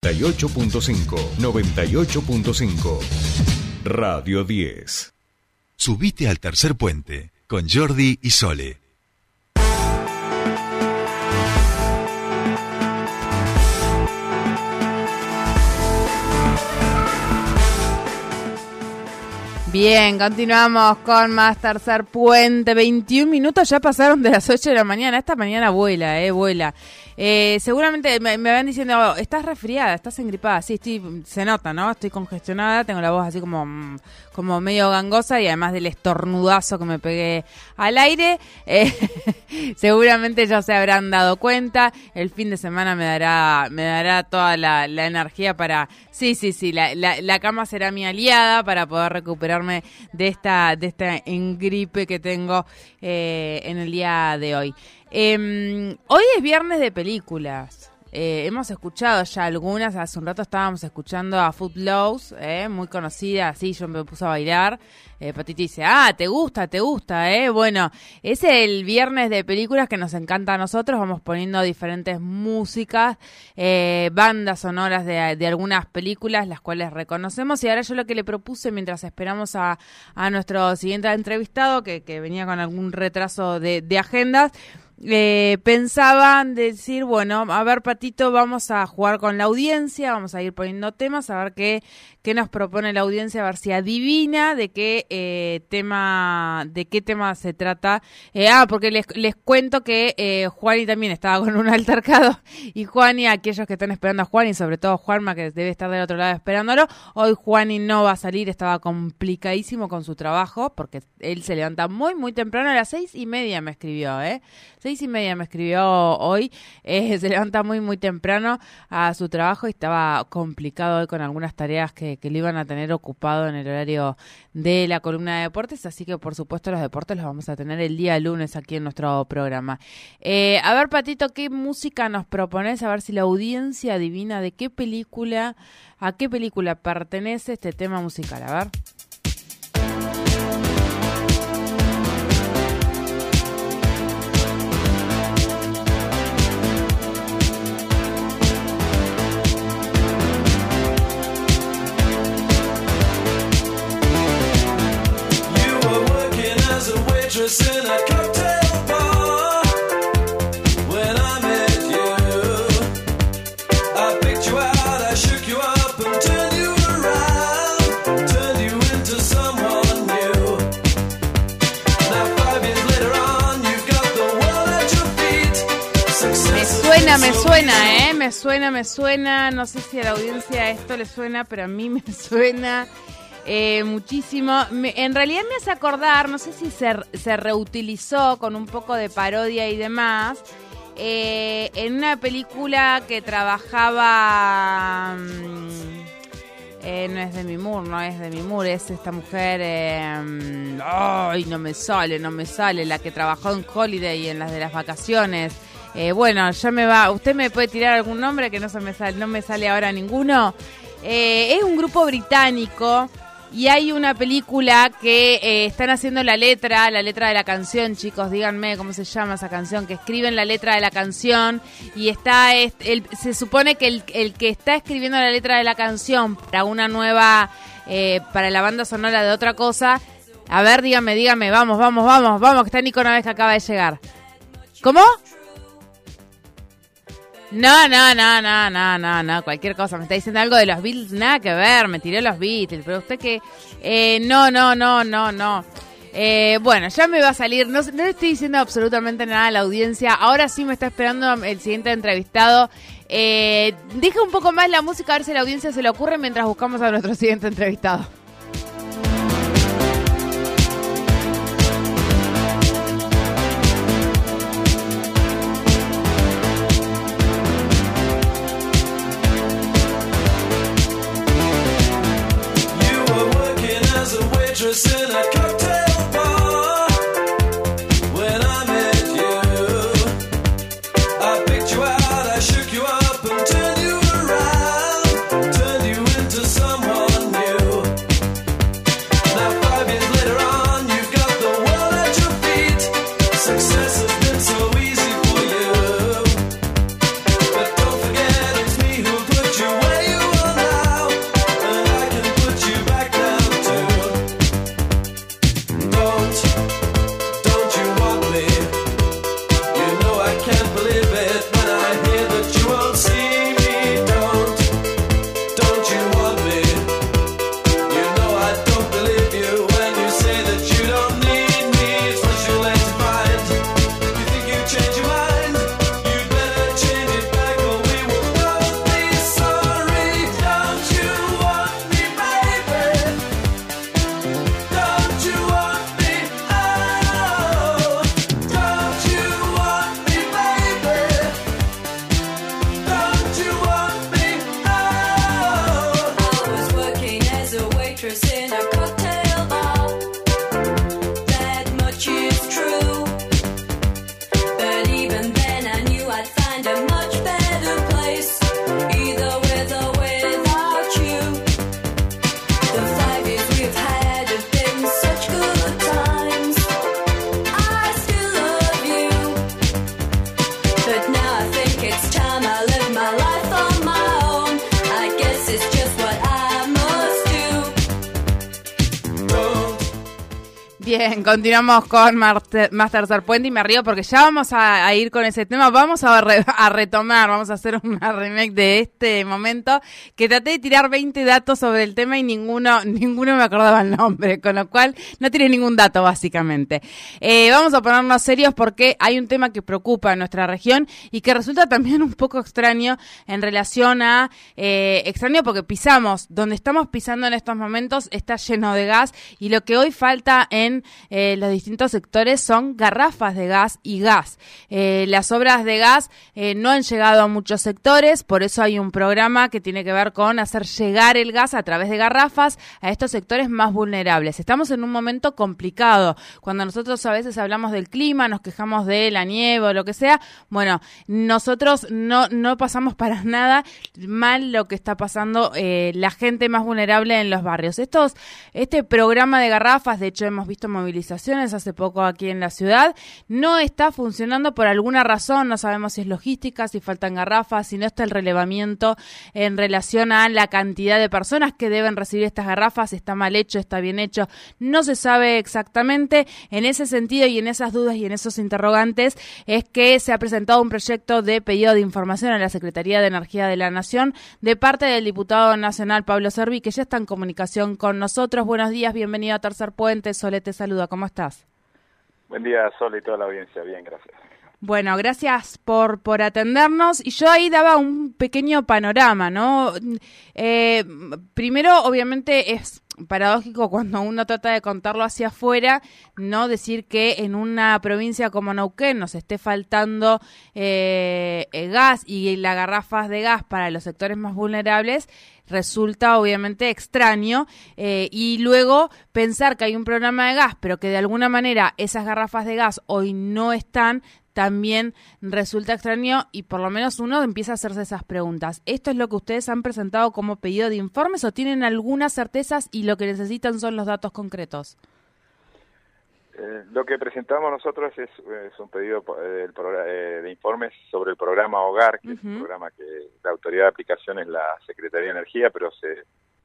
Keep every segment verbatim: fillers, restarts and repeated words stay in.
noventa y ocho punto cinco. noventa y ocho punto cinco. Radio diez. Subite al tercer puente con Jordi y Sole. Bien, continuamos con más Tercer Puente. veintiún minutos ya pasaron de las ocho de la mañana. Esta mañana vuela, eh, vuela. Eh, seguramente me, me van diciendo, oh, estás resfriada, estás engripada. Sí, estoy, se nota, ¿no? Estoy congestionada, tengo la voz así como, como medio gangosa y además del estornudazo que me pegué al aire. Eh, seguramente ya se habrán dado cuenta. El fin de semana me dará, me dará toda la, la energía para... Sí, sí, sí, la, la, la cama será mi aliada para poder recuperarme de esta, de esta engripe que tengo eh, en el día de hoy. Eh, hoy es viernes de películas. Eh, hemos escuchado ya algunas. Hace un rato estábamos escuchando a Footloose, eh, muy conocida. Así yo me puse a bailar. Eh, Patiti dice, ah, te gusta, te gusta, eh. Bueno, es el viernes de películas que nos encanta a nosotros. Vamos poniendo diferentes músicas, eh, bandas sonoras de, de algunas películas, las cuales reconocemos. Y ahora yo lo que le propuse, mientras esperamos a, a nuestro siguiente entrevistado, que, que venía con algún retraso de, de agendas, Eh, pensaban decir, bueno, a ver, Patito, vamos a jugar con la audiencia, vamos a ir poniendo temas, a ver qué, qué nos propone la audiencia, a ver si adivina de qué eh, tema, de qué tema se trata. Eh, ah, porque les, les cuento que eh, Juani también estaba con un altercado, y Juani, aquellos que están esperando a Juani, sobre todo Juanma, que debe estar del otro lado esperándolo, hoy Juani no va a salir, estaba complicadísimo con su trabajo, porque él se levanta muy, muy temprano, a las seis y media me escribió, ¿eh? Seis y media me escribió hoy, eh, se levanta muy muy temprano a su trabajo y estaba complicado hoy con algunas tareas que, que le iban a tener ocupado en el horario de la columna de deportes, así que por supuesto los deportes los vamos a tener el día lunes aquí en nuestro programa. Eh, a ver, Patito, ¿qué música nos propones? A ver si la audiencia adivina de qué película, a qué película pertenece este tema musical, a ver. In a cocktail bar, when I met you, I picked you out, I shook you up and turned you around, turned you into someone new. Now five years later on, you've got the world at your feet. Success. Me suena, me suena, eh, me suena, me suena. No sé si a la audiencia esto le suena, pero a mí me suena. Eh, muchísimo. Me, en realidad me hace acordar, no sé si se, se reutilizó con un poco de parodia y demás, eh, en una película que trabajaba... Eh, no es Demi Moore, no es Demi Moore, es esta mujer... Eh, ¡Ay, no me sale, no me sale! La que trabajó en Holiday y en las de las vacaciones. Eh, bueno, ya me va... ¿Usted me puede tirar algún nombre que no, se me, sale, no me sale ahora ninguno? Eh, es un grupo británico... Y hay una película que eh, están haciendo la letra, la letra de la canción, chicos, díganme cómo se llama esa canción, que escriben la letra de la canción y está, el, se supone que el, el que está escribiendo la letra de la canción para una nueva, eh, para la banda sonora de otra cosa, a ver, dígame, dígame, vamos, vamos, vamos, vamos, que está Nico Naves que acaba de llegar. ¿Cómo? No, no, no, no, no, no, no, cualquier cosa. Me está diciendo algo de los Beatles, nada que ver, me tiré los Beatles, pero usted que... Eh, no, no, no, no, no. Eh, bueno, ya me va a salir, no, no le estoy diciendo absolutamente nada a la audiencia. Ahora sí me está esperando el siguiente entrevistado. Eh, deja un poco más la música, a ver si a la audiencia se le ocurre mientras buscamos a nuestro siguiente entrevistado. In a cocktail bar, when I met you, I picked you out, I shook you up and turned you around, turned you into someone new. Now five years later on, you've got the world at your feet. Success has been so easy for you, but don't forget it's me who put you way Bien, continuamos con Master, más Tercer Puente y me río porque ya vamos a, a ir con ese tema, vamos a, re, a retomar, vamos a hacer una remake de este momento, que traté de tirar veinte datos sobre el tema y ninguno ninguno me acordaba el nombre, con lo cual no tiene ningún dato básicamente. Eh, vamos a ponernos serios porque hay un tema que preocupa a nuestra región y que resulta también un poco extraño en relación a, eh, extraño porque pisamos, donde estamos pisando en estos momentos está lleno de gas y lo que hoy falta en eh, los distintos sectores son garrafas de gas y gas. Eh, las obras de gas eh, no han llegado a muchos sectores, por eso hay un programa que tiene que ver con hacer llegar el gas a través de garrafas a estos sectores más vulnerables. Estamos en un momento complicado. Cuando nosotros a veces hablamos del clima, nos quejamos de la nieve o lo que sea, bueno, nosotros no, no pasamos para nada mal lo que está pasando eh, la gente más vulnerable en los barrios. Estos, este programa de garrafas, de hecho hemos visto movilizaciones hace poco aquí en la ciudad, no está funcionando por alguna razón, no sabemos si es logística, si faltan garrafas, si no está el relevamiento en relación a la cantidad de personas que deben recibir estas garrafas, está mal hecho, está bien hecho, no se sabe exactamente. En ese sentido y en esas dudas y en esos interrogantes es que se ha presentado un proyecto de pedido de información a la Secretaría de Energía de la Nación de parte del diputado nacional Pablo Servi, que ya está en comunicación con nosotros. Buenos días, bienvenido a Tercer Puente. Sole te saluda, ¿cómo estás? Buen día, Sol, y toda la audiencia. Bien, gracias. Bueno, gracias por, por atendernos. Y yo ahí daba un pequeño panorama, ¿no? Eh, primero, obviamente, es paradójico cuando uno trata de contarlo hacia afuera, no decir que en una provincia como Neuquén nos esté faltando eh, el gas y las garrafas de gas para los sectores más vulnerables, resulta obviamente extraño, eh, y luego pensar que hay un programa de gas, pero que de alguna manera esas garrafas de gas hoy no están, también resulta extraño y por lo menos uno empieza a hacerse esas preguntas. ¿Esto es lo que ustedes han presentado como pedido de informes o tienen algunas certezas y lo que necesitan son los datos concretos? Eh, lo que presentamos nosotros es, es un pedido eh, del programa, eh, de informes sobre el programa Hogar, que uh-huh. es un programa que la autoridad de aplicación es la Secretaría de Energía, pero se,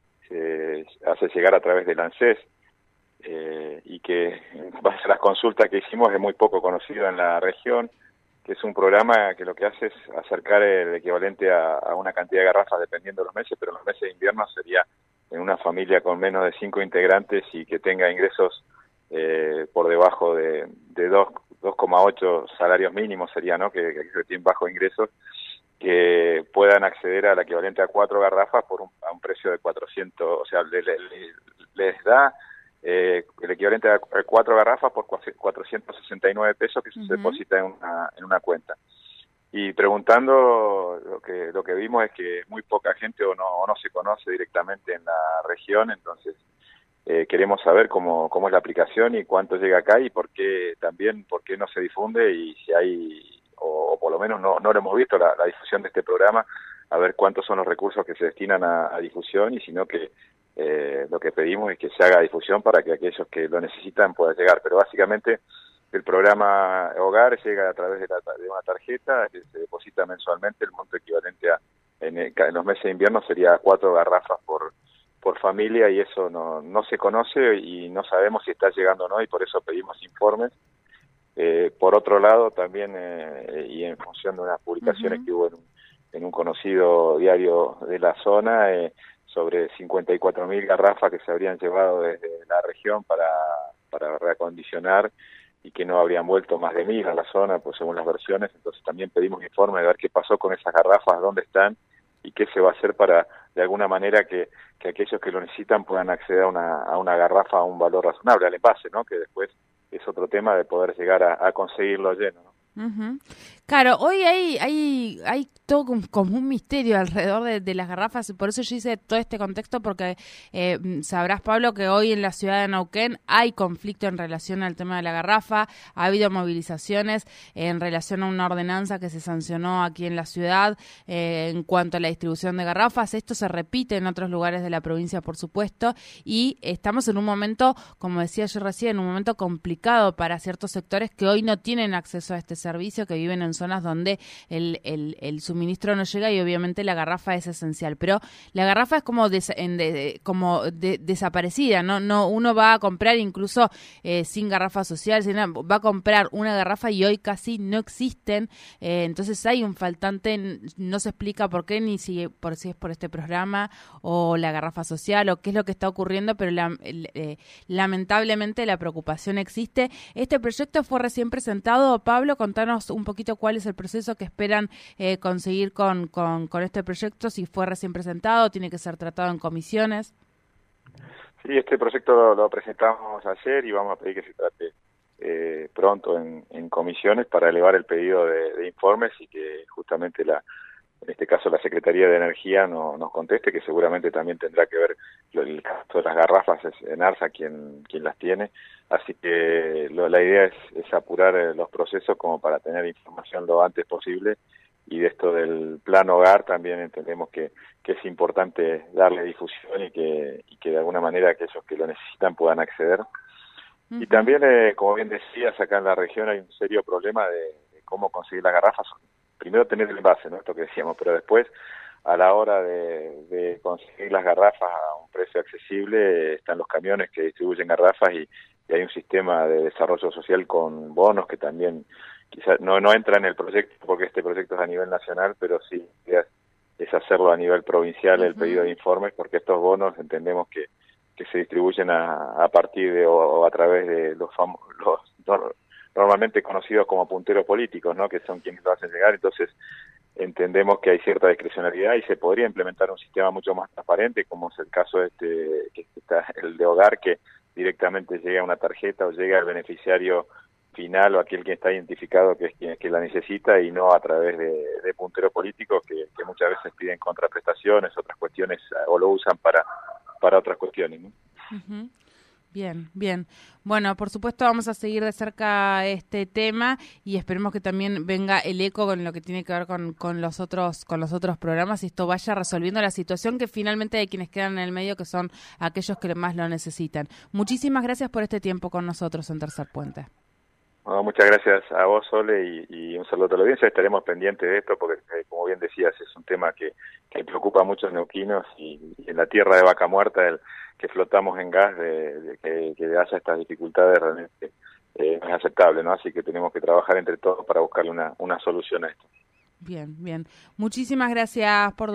se hace llegar a través del ANSES. Eh, y que en base a las consultas que hicimos es muy poco conocido en la región, que es un programa que lo que hace es acercar el equivalente a, a una cantidad de garrafas dependiendo de los meses, pero en los meses de invierno sería en una familia con menos de cinco integrantes y que tenga ingresos eh, por debajo de, de dos coma ocho salarios mínimos sería, ¿no? Que, que tienen bajos ingresos, que puedan acceder al equivalente a cuatro garrafas por un, a un precio de cuatrocientos, o sea, le, le, les da Eh, el equivalente a cuatro garrafas por cuatrocientos sesenta y nueve pesos que uh-huh. se deposita en una, en una cuenta. Y preguntando, lo que lo que vimos es que muy poca gente o no, o no se conoce directamente en la región, entonces eh, queremos saber cómo, cómo es la aplicación y cuánto llega acá y por qué también, por qué no se difunde y si hay, o, o por lo menos no, no lo hemos visto la, la difusión de este programa, a ver cuántos son los recursos que se destinan a, a difusión y sino que Eh, lo que pedimos es que se haga difusión para que aquellos que lo necesitan puedan llegar, pero básicamente el programa Hogar llega a través de, la, de una tarjeta que se deposita mensualmente, el monto equivalente a, en, el, en los meses de invierno sería cuatro garrafas por por familia y eso no, no se conoce y no sabemos si está llegando o no y por eso pedimos informes. Eh, por otro lado también, eh, y en función de unas publicaciones uh-huh. que hubo en un, en un conocido diario de la zona, eh, sobre cincuenta y cuatro mil garrafas que se habrían llevado desde la región para, para reacondicionar y que no habrían vuelto más de mil a la zona, pues según las versiones. Entonces también pedimos informe de ver qué pasó con esas garrafas, dónde están y qué se va a hacer para, de alguna manera, que, que aquellos que lo necesitan puedan acceder a una, a una garrafa a un valor razonable, al envase, ¿no? Que después es otro tema de poder llegar a, a conseguirlo lleno, ¿no? Uh-huh. Claro, hoy hay hay hay todo como, como un misterio alrededor de, de las garrafas, por eso yo hice todo este contexto, porque eh, sabrás, Pablo, que hoy en la ciudad de Neuquén hay conflicto en relación al tema de la garrafa, ha habido movilizaciones en relación a una ordenanza que se sancionó aquí en la ciudad eh, en cuanto a la distribución de garrafas. Esto se repite en otros lugares de la provincia, por supuesto, y estamos en un momento, como decía yo recién, un momento complicado para ciertos sectores que hoy no tienen acceso a este servicio, que viven en zonas donde el, el, el suministro no llega y obviamente la garrafa es esencial. Pero la garrafa es como, des, en de, como de, desaparecida, ¿no? No, uno va a comprar incluso eh, sin garrafa social, sino va a comprar una garrafa y hoy casi no existen. Eh, entonces hay un faltante, no se explica por qué, ni si por si es por este programa o la garrafa social o qué es lo que está ocurriendo, pero la, eh, lamentablemente la preocupación existe. Este proyecto fue recién presentado. Pablo, contanos un poquito cuál es el proceso que esperan eh, conseguir con, con, con este proyecto, si fue recién presentado, tiene que ser tratado en comisiones. Sí, este proyecto lo, lo presentamos ayer y vamos a pedir que se trate eh, pronto en, en comisiones para elevar el pedido de, de informes y que justamente la en este caso la Secretaría de Energía no, nos conteste, que seguramente también tendrá que ver el caso de las garrafas, es ENARSA quien, quien las tiene, así que lo, la idea es, es apurar los procesos como para tener información lo antes posible, y de esto del plan hogar también entendemos que, que es importante darle difusión y que, y que de alguna manera aquellos que lo necesitan puedan acceder. Uh-huh. Y también, eh, como bien decías, acá en la región hay un serio problema de, de cómo conseguir las garrafas. Primero tener el envase, ¿no? Esto que decíamos, pero después, a la hora de, de conseguir las garrafas a un precio accesible, están los camiones que distribuyen garrafas y, y hay un sistema de desarrollo social con bonos que también quizás no, no entra en el proyecto porque este proyecto es a nivel nacional, pero sí es, es hacerlo a nivel provincial el pedido de informes, porque estos bonos entendemos que, que se distribuyen a, a partir de o, o a través de los famosos... Los, normalmente conocidos como punteros políticos, ¿no? Que son quienes lo hacen llegar. Entonces entendemos que hay cierta discrecionalidad y se podría implementar un sistema mucho más transparente, como es el caso este que está el de hogar, que directamente llega una tarjeta o llega al beneficiario final o aquel que está identificado que es quien que la necesita, y no a través de, de punteros políticos que, que muchas veces piden contraprestaciones, otras cuestiones, o lo usan para para otras cuestiones, ¿no? Uh-huh. Bien, bien. Bueno, por supuesto vamos a seguir de cerca este tema y esperemos que también venga el eco con lo que tiene que ver con, con los otros con los otros programas y esto vaya resolviendo la situación que finalmente hay quienes quedan en el medio, que son aquellos que más lo necesitan. Muchísimas gracias por este tiempo con nosotros en Tercer Puente. Bueno, muchas gracias a vos, Sole, y, y un saludo a toda la audiencia. Estaremos pendientes de esto porque, eh, como bien decías, es un tema que, que preocupa a muchos neuquinos y, y en la tierra de Vaca Muerta, el que flotamos en gas, de, de que, que haya estas dificultades realmente eh, no es aceptable, ¿no? Así que tenemos que trabajar entre todos para buscarle una, una solución a esto. Bien, bien. Muchísimas gracias por